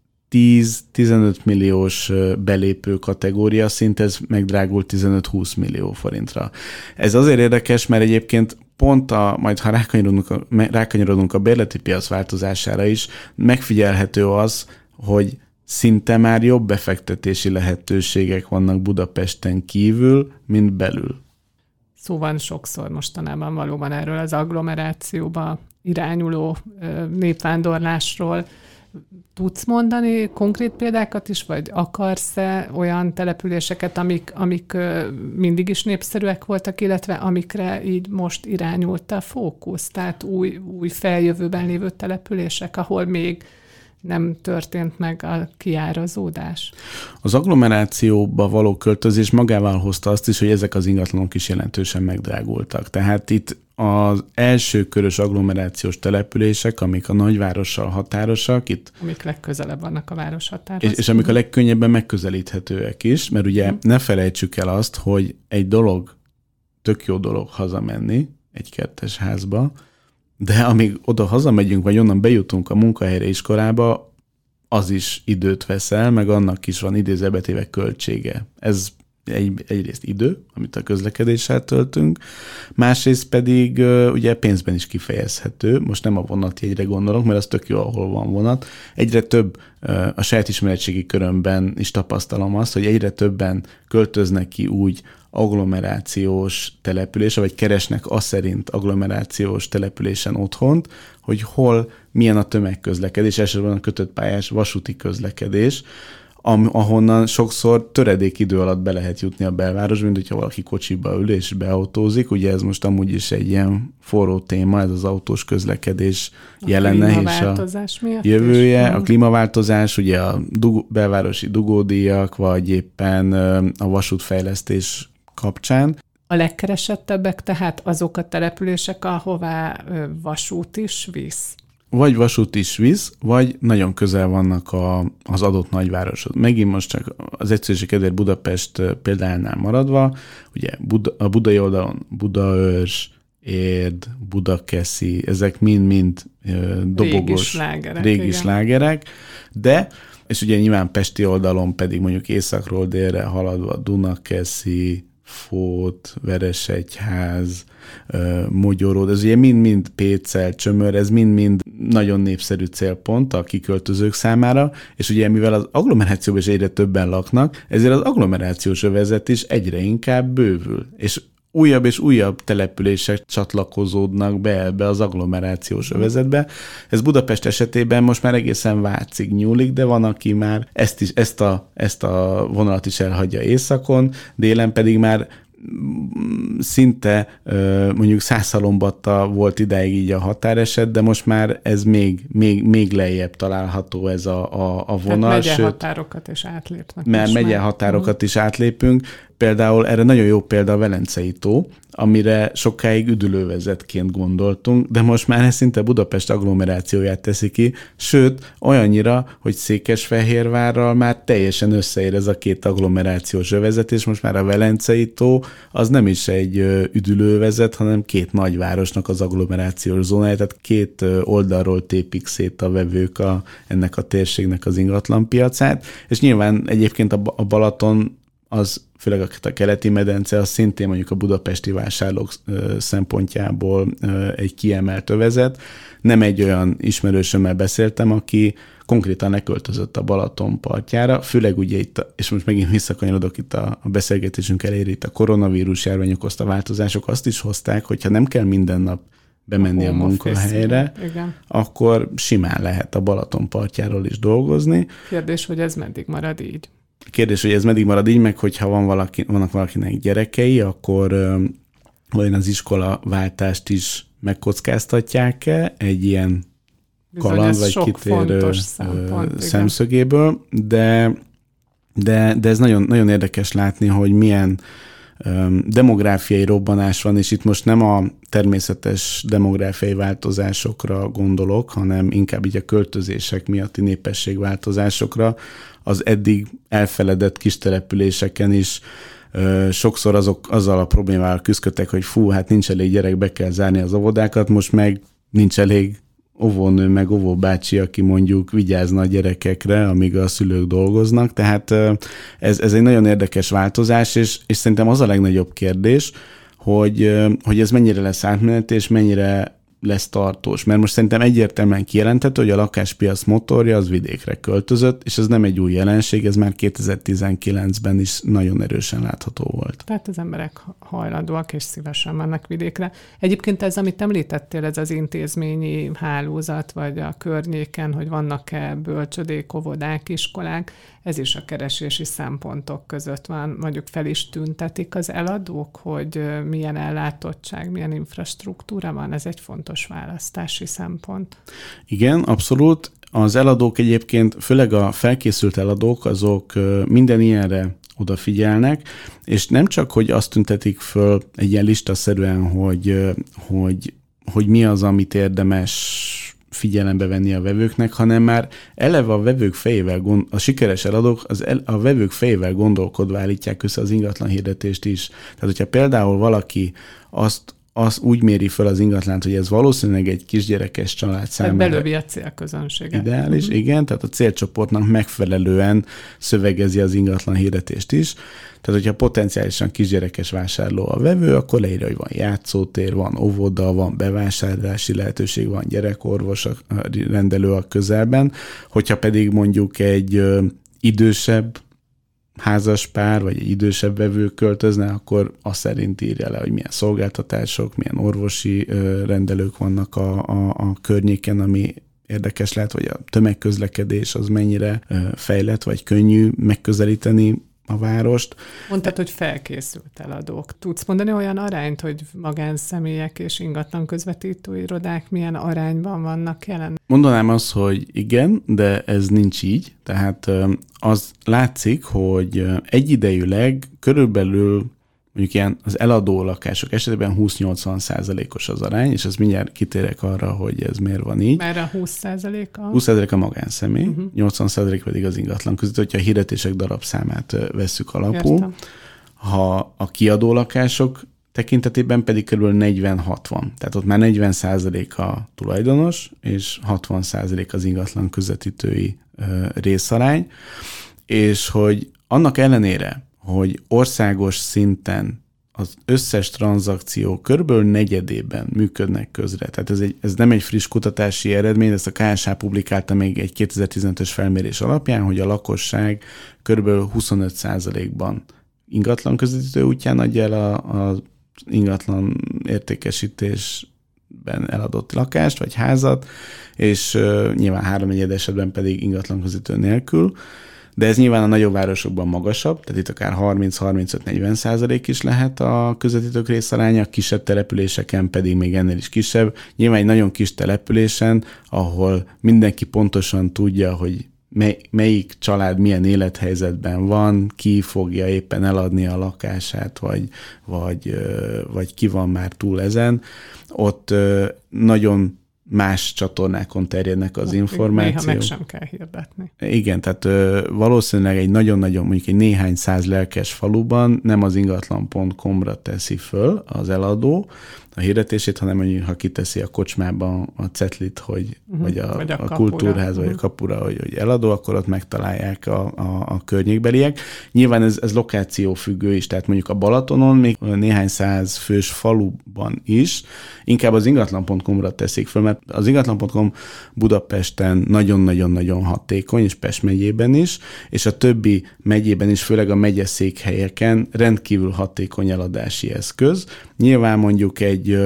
10-15 milliós belépő kategória szint, ez megdrágult 15-20 millió forintra. Ez azért érdekes, mert egyébként pont majd ha rákanyarodunk a bérleti piac változására is, megfigyelhető az, hogy szinte már jobb befektetési lehetőségek vannak Budapesten kívül, mint belül. Szó van sokszor mostanában valóban erről az agglomerációba irányuló népvándorlásról. Tudsz mondani konkrét példákat is, vagy akarsz-e olyan településeket, amik mindig is népszerűek voltak, illetve amikre így most irányult a fókusz, tehát új feljövőben lévő települések, ahol még nem történt meg a kiárazódás? Az agglomerációba való költözés magával hozta azt is, hogy ezek az ingatlanok is jelentősen megdrágultak. Tehát itt az első körös agglomerációs települések, amik a nagyvárossal határosak, amik legközelebb vannak a város határhoz. És amik a legkönnyebben megközelíthetőek is, mert ugye ne felejtsük el azt, hogy egy dolog, tök jó dolog hazamenni egy kertes házba, de amíg oda hazamegyünk, vagy onnan bejutunk a munkahelyre, iskolába, az is időt veszel, meg annak is van idézőbetéve költsége. Ez egyrészt idő, amit a közlekedéssel töltünk, másrészt pedig ugye pénzben is kifejezhető. Most nem a vonatjegyre gondolok, mert az tök jó, ahol van vonat. Egyre több, a saját ismeretségi körömben is tapasztalom azt, hogy egyre többen költöznek ki úgy agglomerációs településre, vagy keresnek azt szerint agglomerációs településen otthont, hogy hol milyen a tömegközlekedés, elsősorban a kötött pályás vasúti közlekedés, ahonnan sokszor töredék idő alatt be lehet jutni a belvárosba, mint hogyha valaki kocsiba ül és beautózik. Ugye ez most amúgy is egy ilyen forró téma, ez az autós közlekedés jelene és a jövője. A klímaváltozás, ugye a belvárosi dugódíjak, vagy éppen a vasútfejlesztés kapcsán. A legkeresettebbek tehát azok a települések, ahová vasút is visz. Vagy vasút is visz, vagy nagyon közel vannak az adott nagyvároshoz. Megint most csak az egyszerűség kedvéért Budapest példájánál maradva, ugye a budai oldalon Budaörs, Érd, Budakeszi, ezek mind dobogós régi slágerek, de, és ugye nyilván pesti oldalon pedig mondjuk északról délre haladva Dunakeszi, Fót, Veresegyház, Mogyoró, ez ugye mind-mind Pécel, Csömör, ez mind-mind nagyon népszerű célpont a kiköltözők számára, és ugye mivel az agglomerációban is egyre többen laknak, ezért az agglomerációs övezet is egyre inkább bővül, és újabb települések csatlakozódnak be ebbe az agglomerációs övezetbe. Ez Budapest esetében most már egészen Vácig nyúlik, de van, aki már ezt a vonalat is elhagyja északon, délen pedig már szinte mondjuk Szászhalombatta volt idáig így a határeset, de most már ez még lejjebb található ez a vonal. Tehát megyehatárokat is átlépnek. Mert megyehatárokat is átlépünk. Például erre nagyon jó példa a Velencei tó, amire sokáig üdülővezetként gondoltunk, de most már szinte Budapest agglomerációját teszi ki, sőt, olyannyira, hogy Székesfehérvárral már teljesen összeér ez a két agglomerációs övezet, és most már a Velencei tó az nem is egy üdülővezet, hanem két nagyvárosnak az agglomerációs zónája, tehát két oldalról tépik szét a vevők ennek a térségnek az ingatlanpiacát, és nyilván egyébként a Balaton az főleg a keleti medence, az szintén mondjuk a budapesti vásárlók szempontjából egy kiemelt övezet. Nem egy olyan ismerősömmel beszéltem, aki konkrétan leköltözött a Balaton partjára, főleg ugye itt, és most megint visszakanyarodok itt a beszélgetésünk elére, itt a koronavírus járvány okozta változások azt is hozták, hogyha nem kell minden nap bemenni a munkahelyre, akkor simán lehet a Balaton partjáról is dolgozni. Kérdés, hogy ez meddig marad így? Kérdés, hogy ez meddig marad így, meg hogyha vannak valakinek gyerekei, akkor olyan az iskolaváltást is megkockáztatják-e egy ilyen kaland vagy kitérő szemszögéből, de ez nagyon, nagyon érdekes látni, hogy milyen demográfiai robbanás van, és itt most nem a természetes demográfiai változásokra gondolok, hanem inkább így a költözések miatti népességváltozásokra. Az eddig elfeledett kistelepüléseken is sokszor azzal a problémával küzdöttek, hogy hát nincs elég gyerek, be kell zárni az óvodákat, most meg nincs elég óvónő, meg óvóbácsi, aki mondjuk vigyázna a gyerekekre, amíg a szülők dolgoznak. Tehát ez egy nagyon érdekes változás, és szerintem az a legnagyobb kérdés, hogy ez mennyire lesz átmeneti, és mennyire lesz tartós. Mert most szerintem egyértelműen kijelenthető, hogy a lakáspiac motorja az vidékre költözött, és ez nem egy új jelenség, ez már 2019-ben is nagyon erősen látható volt. Tehát az emberek hajlandóak és szívesen mennek vidékre. Egyébként ez, amit említettél, ez az intézményi hálózat, vagy a környéken, hogy vannak-e bölcsödék, óvodák, iskolák, ez is a keresési szempontok között van. Mondjuk fel is tüntetik az eladók, hogy milyen ellátottság, milyen infrastruktúra van, ez egy fontos választási szempont. Igen, abszolút. Az eladók egyébként, főleg a felkészült eladók, azok minden ilyenre odafigyelnek, és nem csak, hogy azt tüntetik föl egy ilyen listaszerűen, hogy mi az, amit érdemes figyelembe venni a vevőknek, hanem már eleve a vevők fejével, a sikeres eladók a vevők fejével gondolkodva állítják össze az ingatlan hirdetést is. Tehát, hogyha például valaki azt úgy méri fel az ingatlant, hogy ez valószínűleg egy kisgyerekes család számára. Tehát belövi a célközönséget. Ideális, igen, tehát a célcsoportnak megfelelően szövegezi az ingatlan hirdetést is. Tehát, hogyha potenciálisan kisgyerekes vásárló a vevő, akkor leírja, hogy van játszótér, van óvoda, van bevásárlási lehetőség, van gyerekorvos rendelő a közelben. Hogyha pedig mondjuk egy idősebb házaspár, vagy egy idősebb vevő költözne, akkor azt szerint írja le, hogy milyen szolgáltatások, milyen orvosi rendelők vannak a környéken, ami érdekes lehet, vagy a tömegközlekedés az mennyire fejlett, vagy könnyű megközelíteni a várost. Mondtad, hogy felkészült eladók. Tudsz mondani olyan arányt, hogy magánszemélyek és ingatlan közvetítő irodák milyen arányban vannak jelen? Mondanám azt, hogy igen, de ez nincs így. Tehát az látszik, hogy egyidejűleg körülbelül mondjuk ilyen az eladó lakások esetében 20-80%-os az arány, és ez mindjárt kitérek arra, hogy ez miért van így. Már a 20%-a? 20% a magánszemély, 80% pedig az ingatlan között, hogyha a hirdetések darabszámát vesszük alapul. Értem. Ha a kiadó lakások tekintetében pedig kb. 40-60. Tehát ott már 40% a tulajdonos, és 60% az ingatlan közvetítői részarány, és hogy annak ellenére, hogy országos szinten az összes tranzakció körülbelül negyedében működnek közre. Tehát ez nem egy friss kutatási eredmény, ezt a KSH publikálta még egy 2015-ös felmérés alapján, hogy a lakosság körülbelül 25%-ban ingatlan közvetítő útján adja el az ingatlan értékesítésben eladott lakást vagy házat, és nyilván 3/4 esetben pedig ingatlan közvetítő nélkül. De ez nyilván a nagyobb városokban magasabb, tehát itt akár 30-35-40% is lehet a közvetítők részaránya, kisebb településeken pedig még ennél is kisebb. Nyilván egy nagyon kis településen, ahol mindenki pontosan tudja, hogy melyik család milyen élethelyzetben van, ki fogja éppen eladni a lakását, vagy ki van már túl ezen, ott nagyon más csatornákon terjednek az információk. Néha meg sem kell hirdetni. Igen, tehát valószínűleg egy nagyon-nagyon, mondjuk egy néhány száz lelkes faluban nem az ingatlan.com-ra teszi föl az eladó a hirdetését, hanem mondjuk, ha kiteszi a kocsmában a cetlit, vagy a kultúrház, vagy a kapura, hogy eladó, akkor ott megtalálják a környékbeliek. Nyilván ez lokáció függő is, tehát mondjuk a Balatonon még néhány száz fős faluban is inkább az ingatlan.com-ra teszik föl, mert az ingatlan.com Budapesten nagyon-nagyon-nagyon hatékony, és Pest megyében is, és a többi megyében is, főleg a megyeszékhelyeken rendkívül hatékony eladási eszköz. Nyilván mondjuk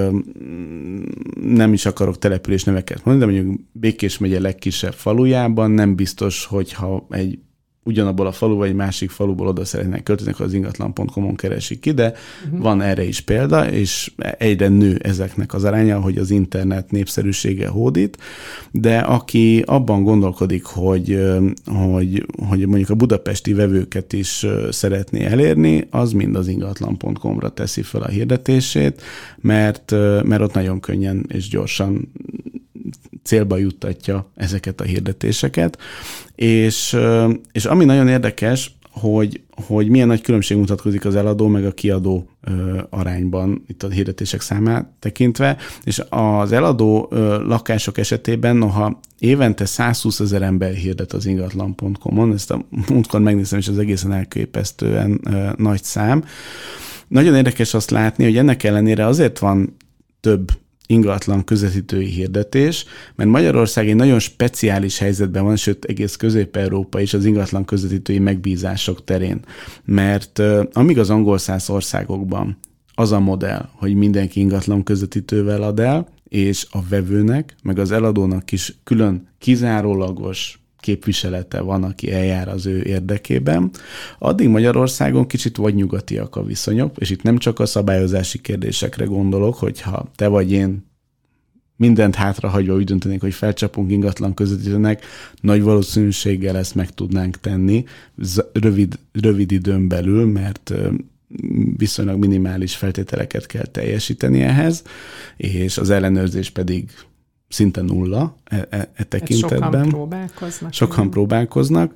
nem is akarok település neveket mondani, de mondjuk Békés megye legkisebb falujában nem biztos, hogyha ugyanabból a falu vagy egy másik faluból oda szeretnének költözni, akkor az ingatlan.com-on keresik ki, de van erre is példa, és egyre nő ezeknek az aránya, hogy az internet népszerűsége hódít, de aki abban gondolkodik, hogy mondjuk a budapesti vevőket is szeretné elérni, az mind az ingatlan.com-ra teszi fel a hirdetését, mert ott nagyon könnyen és gyorsan célba juttatja ezeket a hirdetéseket, és ami nagyon érdekes, hogy milyen nagy különbség mutatkozik az eladó meg a kiadó arányban, itt a hirdetések számát tekintve, és az eladó lakások esetében, noha évente 120 000 ember hirdet az ingatlan.com-on, ezt a múltkor megnéztem, és az egészen elképesztően nagy szám. Nagyon érdekes azt látni, hogy ennek ellenére azért van több ingatlan közvetítői hirdetés, mert Magyarország egy nagyon speciális helyzetben van, sőt egész Közép-Európa is az ingatlan közvetítői megbízások terén. Mert amíg az angolszász országokban az a modell, hogy mindenki ingatlan közvetítővel ad el, és a vevőnek, meg az eladónak is külön kizárólagos képviselete van, aki eljár az ő érdekében. Addig Magyarországon kicsit vagy nyugatiak a viszonyok, és itt nem csak a szabályozási kérdésekre gondolok, hogyha te vagy én mindent hátrahagyva úgy döntenénk, hogy felcsapunk ingatlan közvetítőnek, nagy valószínűséggel ezt meg tudnánk tenni rövid időn belül, mert viszonylag minimális feltételeket kell teljesíteni ehhez, és az ellenőrzés pedig szinte nulla tekintetben. Sokan próbálkoznak.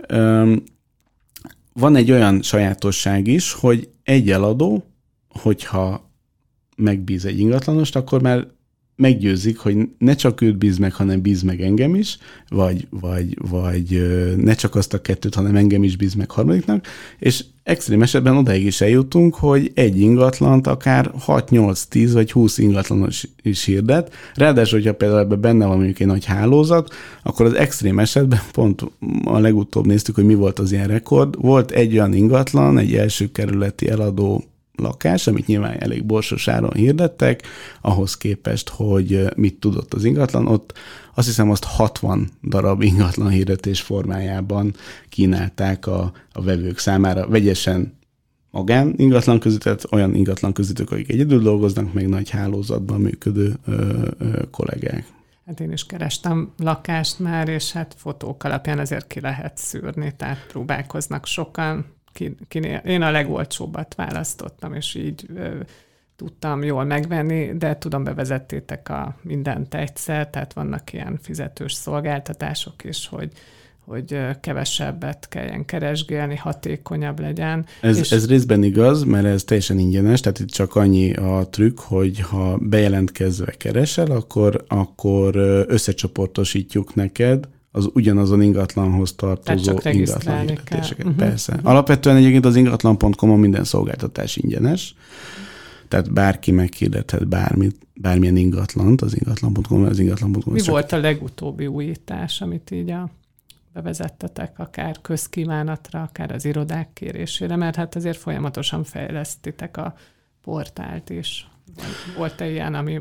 Van egy olyan sajátosság is, hogy egy eladó, hogyha megbíz egy ingatlanost, akkor már meggyőzik, hogy ne csak őt bíz meg, hanem bíz meg engem is, vagy ne csak azt a kettőt, hanem engem is bíz meg harmadiknak, és extrém esetben odaig is eljutunk, hogy egy ingatlant akár 6-8-10 vagy 20 ingatlanos is hirdet. Ráadásul, hogyha például ebben benne van mondjuk egy nagy hálózat, akkor az extrém esetben pont a legutóbb néztük, hogy mi volt az ilyen rekord. Volt egy olyan ingatlan, egy első kerületi eladó lakás, amit nyilván elég borsos áron hirdettek, ahhoz képest, hogy mit tudott az ingatlan, ott azt hiszem azt 60 darab ingatlan hirdetés formájában kínálták a vevők számára, vegyesen magán ingatlan közvetítők, olyan ingatlan közvetítők, akik egyedül dolgoznak, meg nagy hálózatban működő kollégák. Hát én is kerestem lakást már, és hát fotók alapján azért ki lehet szűrni, tehát próbálkoznak sokan. Én a legolcsóbbat választottam, és így tudtam jól megvenni, de tudom, bevezettétek a mindent egyszer, tehát vannak ilyen fizetős szolgáltatások is, hogy kevesebbet kelljen keresgélni, hatékonyabb legyen. Ez részben igaz, mert ez teljesen ingyenes, tehát itt csak annyi a trükk, hogy ha bejelentkezve keresel, akkor összecsoportosítjuk neked az ugyanazon ingatlanhoz tartozó ingatlan hirdetéseket. Persze. Alapvetően egyébként az ingatlan.com-on minden szolgáltatás ingyenes, tehát bárki meghirdethet bármilyen ingatlant az ingatlan.com, az ingatlan.com. Mi volt a legutóbbi újítás, amit így bevezettetek, akár közkívánatra, akár az irodák kérésére, mert hát azért folyamatosan fejlesztitek a portált is. Volt-e ilyen, ami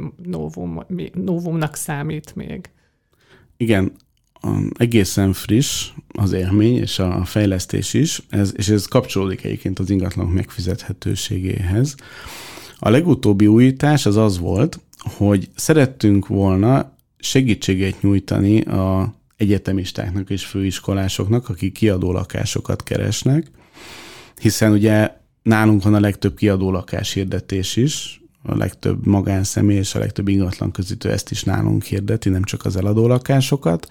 novumnak számít még? Igen, egészen friss az élmény és a fejlesztés is, és ez kapcsolódik egyébként az ingatlanok megfizethetőségéhez. A legutóbbi újítás az volt, hogy szerettünk volna segítséget nyújtani az egyetemistáknak és főiskolásoknak, akik kiadó lakásokat keresnek, hiszen ugye nálunk van a legtöbb kiadó lakáshirdetés is, a legtöbb magánszemély és a legtöbb ingatlan közvetítő ezt is nálunk hirdeti, nem csak az eladó lakásokat,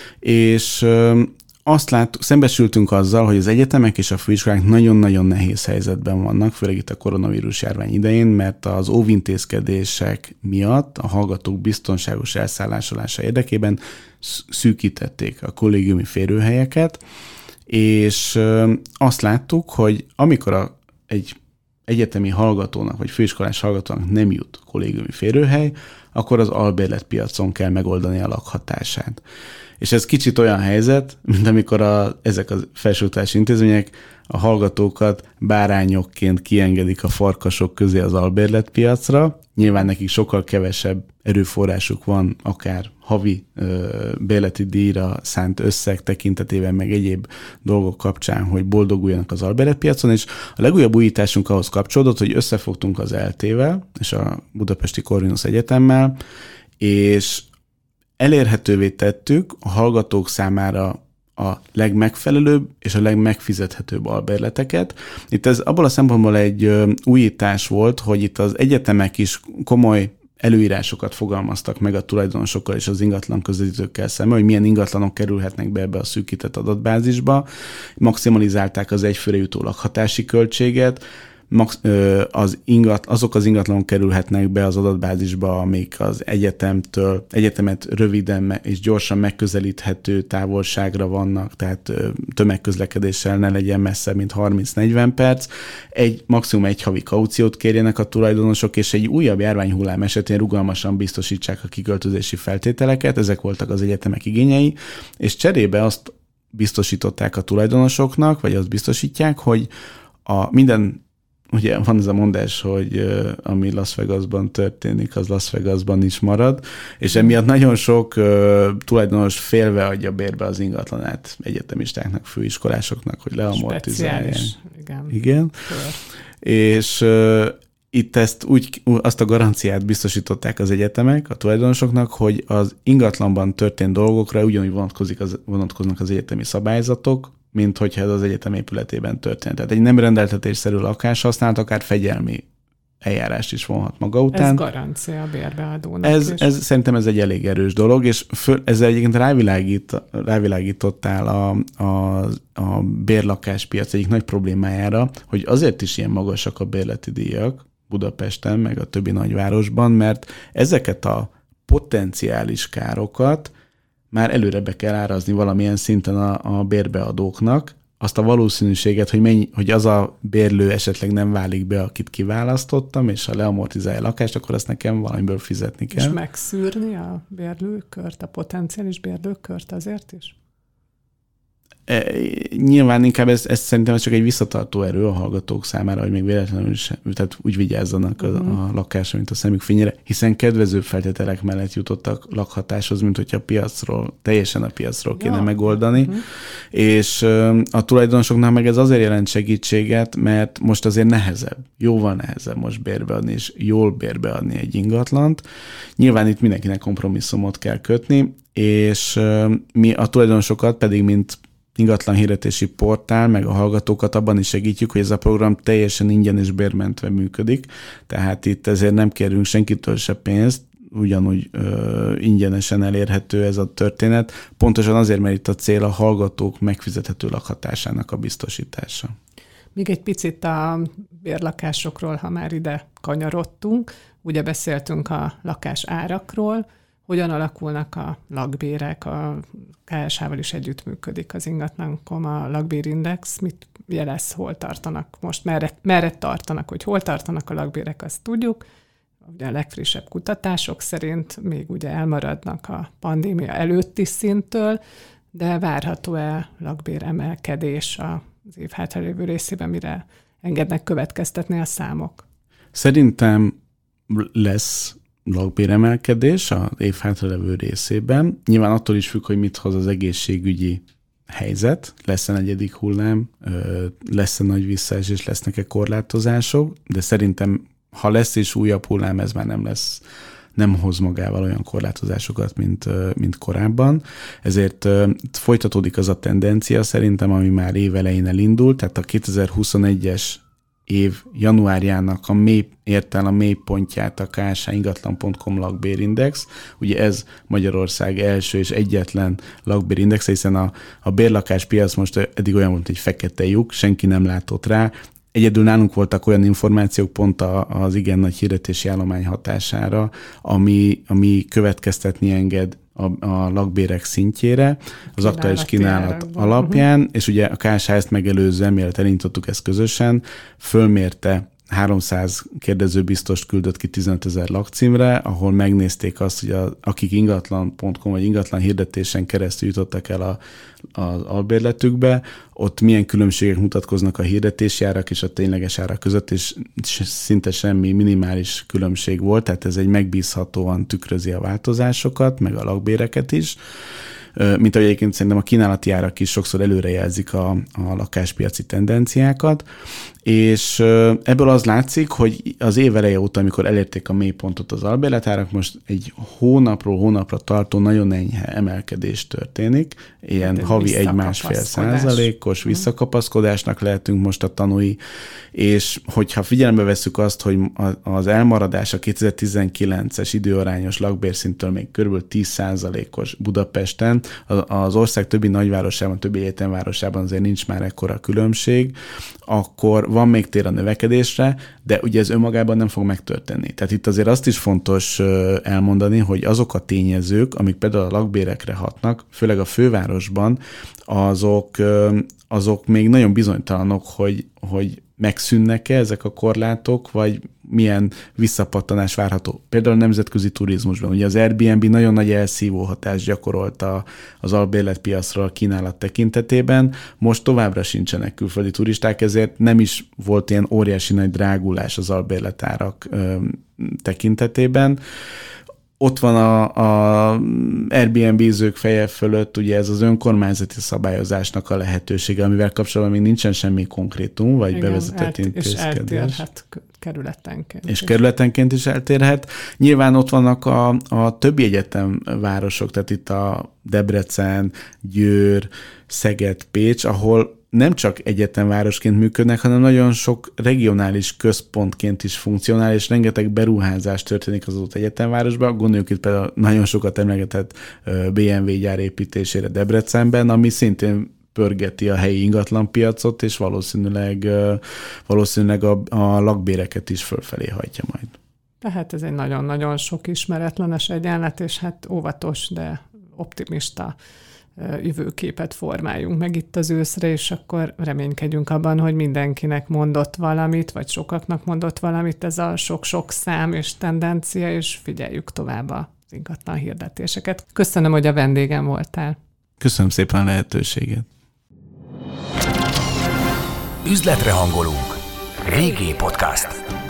és azt láttuk, szembesültünk azzal, hogy az egyetemek és a főiskolák nagyon-nagyon nehéz helyzetben vannak, főleg itt a koronavírus járvány idején, mert az óvintézkedések miatt a hallgatók biztonságos elszállásolása érdekében szűkítették a kollégiumi férőhelyeket, és azt láttuk, hogy amikor egy egyetemi hallgatónak vagy főiskolás hallgatónak nem jut kollégiumi férőhely, akkor az albérletpiacon kell megoldani a lakhatását. És ez kicsit olyan helyzet, mint amikor ezek a felsőoktatási intézmények a hallgatókat bárányokként kiengedik a farkasok közé az albérletpiacra. Nyilván nekik sokkal kevesebb erőforrásuk van, akár havi bérleti díjra szánt összeg tekintetében, meg egyéb dolgok kapcsán, hogy boldoguljanak az albérletpiacon, és a legújabb újításunk ahhoz kapcsolódott, hogy összefogtunk az ELTE-vel és a Budapesti Corvinus Egyetemmel, és elérhetővé tettük a hallgatók számára a legmegfelelőbb és a legmegfizethetőbb albérleteket. Itt ez abból a szempontból egy újítás volt, hogy itt az egyetemek is komoly előírásokat fogalmaztak meg a tulajdonosokkal és az ingatlan közvetítőkkel szemben, hogy milyen ingatlanok kerülhetnek be ebbe a szűkített adatbázisba, maximalizálták az egyfőre jutó lakhatási költséget, azok az ingatlanok kerülhetnek be az adatbázisba, amik az egyetemet röviden és gyorsan megközelíthető távolságra vannak, tehát tömegközlekedéssel ne legyen messze, mint 30-40 perc. Maximum egy havi kauciót kérjenek a tulajdonosok, és egy újabb járványhullám esetén rugalmasan biztosítsák a kiköltözési feltételeket. Ezek voltak az egyetemek igényei, és cserébe azt biztosították a tulajdonosoknak, vagy azt biztosítják, hogy ugye van ez a mondás, hogy ami Las Vegasban történik, az Las Vegasban is marad, és emiatt nagyon sok tulajdonos félve adja bérbe az ingatlanát egyetemistáknak, főiskolásoknak, hogy leamortizálják. Igen. És itt azt a garanciát biztosították az egyetemek a tulajdonosoknak, hogy az ingatlanban történt dolgokra ugyanúgy vonatkoznak az egyetemi szabályzatok, mint hogyha ez az egyetem épületében történt. Tehát egy nem rendeltetésszerű lakáshasználat akár fegyelmi eljárást is vonhat maga után. Ez garancia a bérbeadónak. Szerintem ez egy elég erős dolog, és ezzel egyébként rávilágítottál a bérlakáspiac egyik nagy problémájára, hogy azért is ilyen magasak a bérleti díjak Budapesten, meg a többi nagyvárosban, mert ezeket a potenciális károkat már előre be kell árazni valamilyen szinten a bérbeadóknak, azt a valószínűséget, hogy az a bérlő esetleg nem válik be, akit kiválasztottam, és ha leamortizálja a lakást, akkor azt nekem valamiből fizetni kell. És megszűrni a bérlőkört, a potenciális bérlőkört azért is? Nyilván inkább ez szerintem ez csak egy visszatartó erő a hallgatók számára, hogy még véletlenül is, tehát úgy vigyázzanak a lakásra, mint a szemük fényére, hiszen kedvezőbb feltételek mellett jutottak lakhatáshoz, mint hogyha teljesen a piacról kéne megoldani. És a tulajdonosoknak meg ez azért jelent segítséget, mert most azért jóval nehezebb most bérbeadni, és jól bérbeadni egy ingatlant. Nyilván itt mindenkinek kompromisszumot kell kötni, és mi a tulajdonosokat pedig, mint ingatlan hirdetési portál, meg a hallgatókat abban is segítjük, hogy ez a program teljesen ingyen és bérmentve működik, tehát itt ezért nem kérünk senkitől se pénzt, ugyanúgy ingyenesen elérhető ez a történet, pontosan azért, mert itt a cél a hallgatók megfizethető lakhatásának a biztosítása. Még egy picit a bérlakásokról, ha már ide kanyarodtunk, ugye beszéltünk a lakás árakról, hogyan alakulnak a lakbérek, a KSH-val is együttműködik az ingatlan.com, a lakbérindex, mit jelez, hol tartanak most, merre tartanak, hogy hol tartanak a lakbérek, azt tudjuk. Ugye a legfrissebb kutatások szerint még ugye elmaradnak a pandémia előtti szinttől, de várható-e lakbéremelkedés az év hátralévő részében, mire engednek következtetni a számok? Szerintem lesz lakbéremelkedés az év hátralévő részében. Nyilván attól is függ, hogy mit hoz az egészségügyi helyzet, lesz-e negyedik hullám, lesz-e nagy visszaesés, lesznek-e korlátozások, de szerintem, ha lesz is újabb hullám, ez már nem hoz magával olyan korlátozásokat, mint korábban. Ezért folytatódik az a tendencia szerintem, ami már év elején elindult, tehát a 2021-es év januárjának ért el a mélypontját a KSH ingatlan.com lakbérindex. Ugye ez Magyarország első és egyetlen lakbérindex, hiszen a bérlakáspiac most eddig olyan volt, hogy fekete lyuk, senki nem látott rá. Egyedül nálunk voltak olyan információk pont az igen nagy hirdetési állomány hatására, ami következtetni enged a lakbérek szintjére, az aktuális kínálat alapján, és ugye a KSH ezt megelőzően, mielőtt elindítottuk ezt közösen, fölmérte 300 kérdezőbiztost küldött ki 15 000 lakcímre, ahol megnézték azt, hogy akik ingatlan.com vagy ingatlan hirdetésen keresztül jutottak el az albérletükbe, ott milyen különbségek mutatkoznak a hirdetési árak és a tényleges árak között, és szinte semmi minimális különbség volt, tehát ez egy megbízhatóan tükrözi a változásokat, meg a lakbéreket is. Mint ahogy egyébként szerintem a kínálati árak is sokszor előrejelzik a lakáspiaci tendenciákat, és ebből az látszik, hogy az év eleje óta, amikor elérték a mélypontot az albérletárak, most egy hónapról hónapra tartó nagyon enyhe emelkedés történik, ilyen havi 1,5%-os visszakapaszkodásnak lehetünk most a tanúi, és hogyha figyelembe vesszük azt, hogy az elmaradás a 2019-es időarányos lakbérszinttől még kb. 10%-os Budapesten, az ország többi nagyvárosában, többi egyetemvárosában azért nincs már ekkora különbség, akkor van még tér a növekedésre, de ugye ez önmagában nem fog megtörténni. Tehát itt azért azt is fontos elmondani, hogy azok a tényezők, amik például a lakbérekre hatnak, főleg a fővárosban, azok még nagyon bizonytalanok, hogy megszűnnek-e ezek a korlátok, vagy milyen visszapattanás várható. Például a nemzetközi turizmusban. Ugye az Airbnb nagyon nagy elszívó hatást gyakorolt az albérletpiacra a kínálat tekintetében. Most továbbra sincsenek külföldi turisták, ezért nem is volt ilyen óriási nagy drágulás az albérletárak tekintetében. Ott van a Airbnb-zők feje fölött ugye ez az önkormányzati szabályozásnak a lehetősége, amivel kapcsolatban még nincsen semmi konkrétum, vagy bevezetett intézkedés. És eltérhet kerületenként. És kerületenként is eltérhet. Nyilván ott vannak a többi egyetemvárosok, tehát itt a Debrecen, Győr, Szeged, Pécs, ahol nem csak egyetemvárosként működnek, hanem nagyon sok regionális központként is funkcionál, és rengeteg beruházás történik az adott egyetemvárosban. Gondoljuk itt például nagyon sokat emlegetett BMW gyár építésére Debrecenben, ami szintén pörgeti a helyi ingatlanpiacot, és valószínűleg a lakbéreket is fölfelé hajtja majd. Tehát ez egy nagyon-nagyon sok ismeretlenes egyenlet, és hát óvatos, de optimista jövőképet formáljunk meg itt az őszre, és akkor reménykedjünk abban, hogy mindenkinek mondott valamit, vagy sokaknak mondott valamit ez a sok-sok szám és tendencia, és figyeljük tovább az ingatlan hirdetéseket. Köszönöm, hogy a vendégem voltál. Köszönöm szépen a lehetőséget. Üzletre hangolunk. Régi Podcast.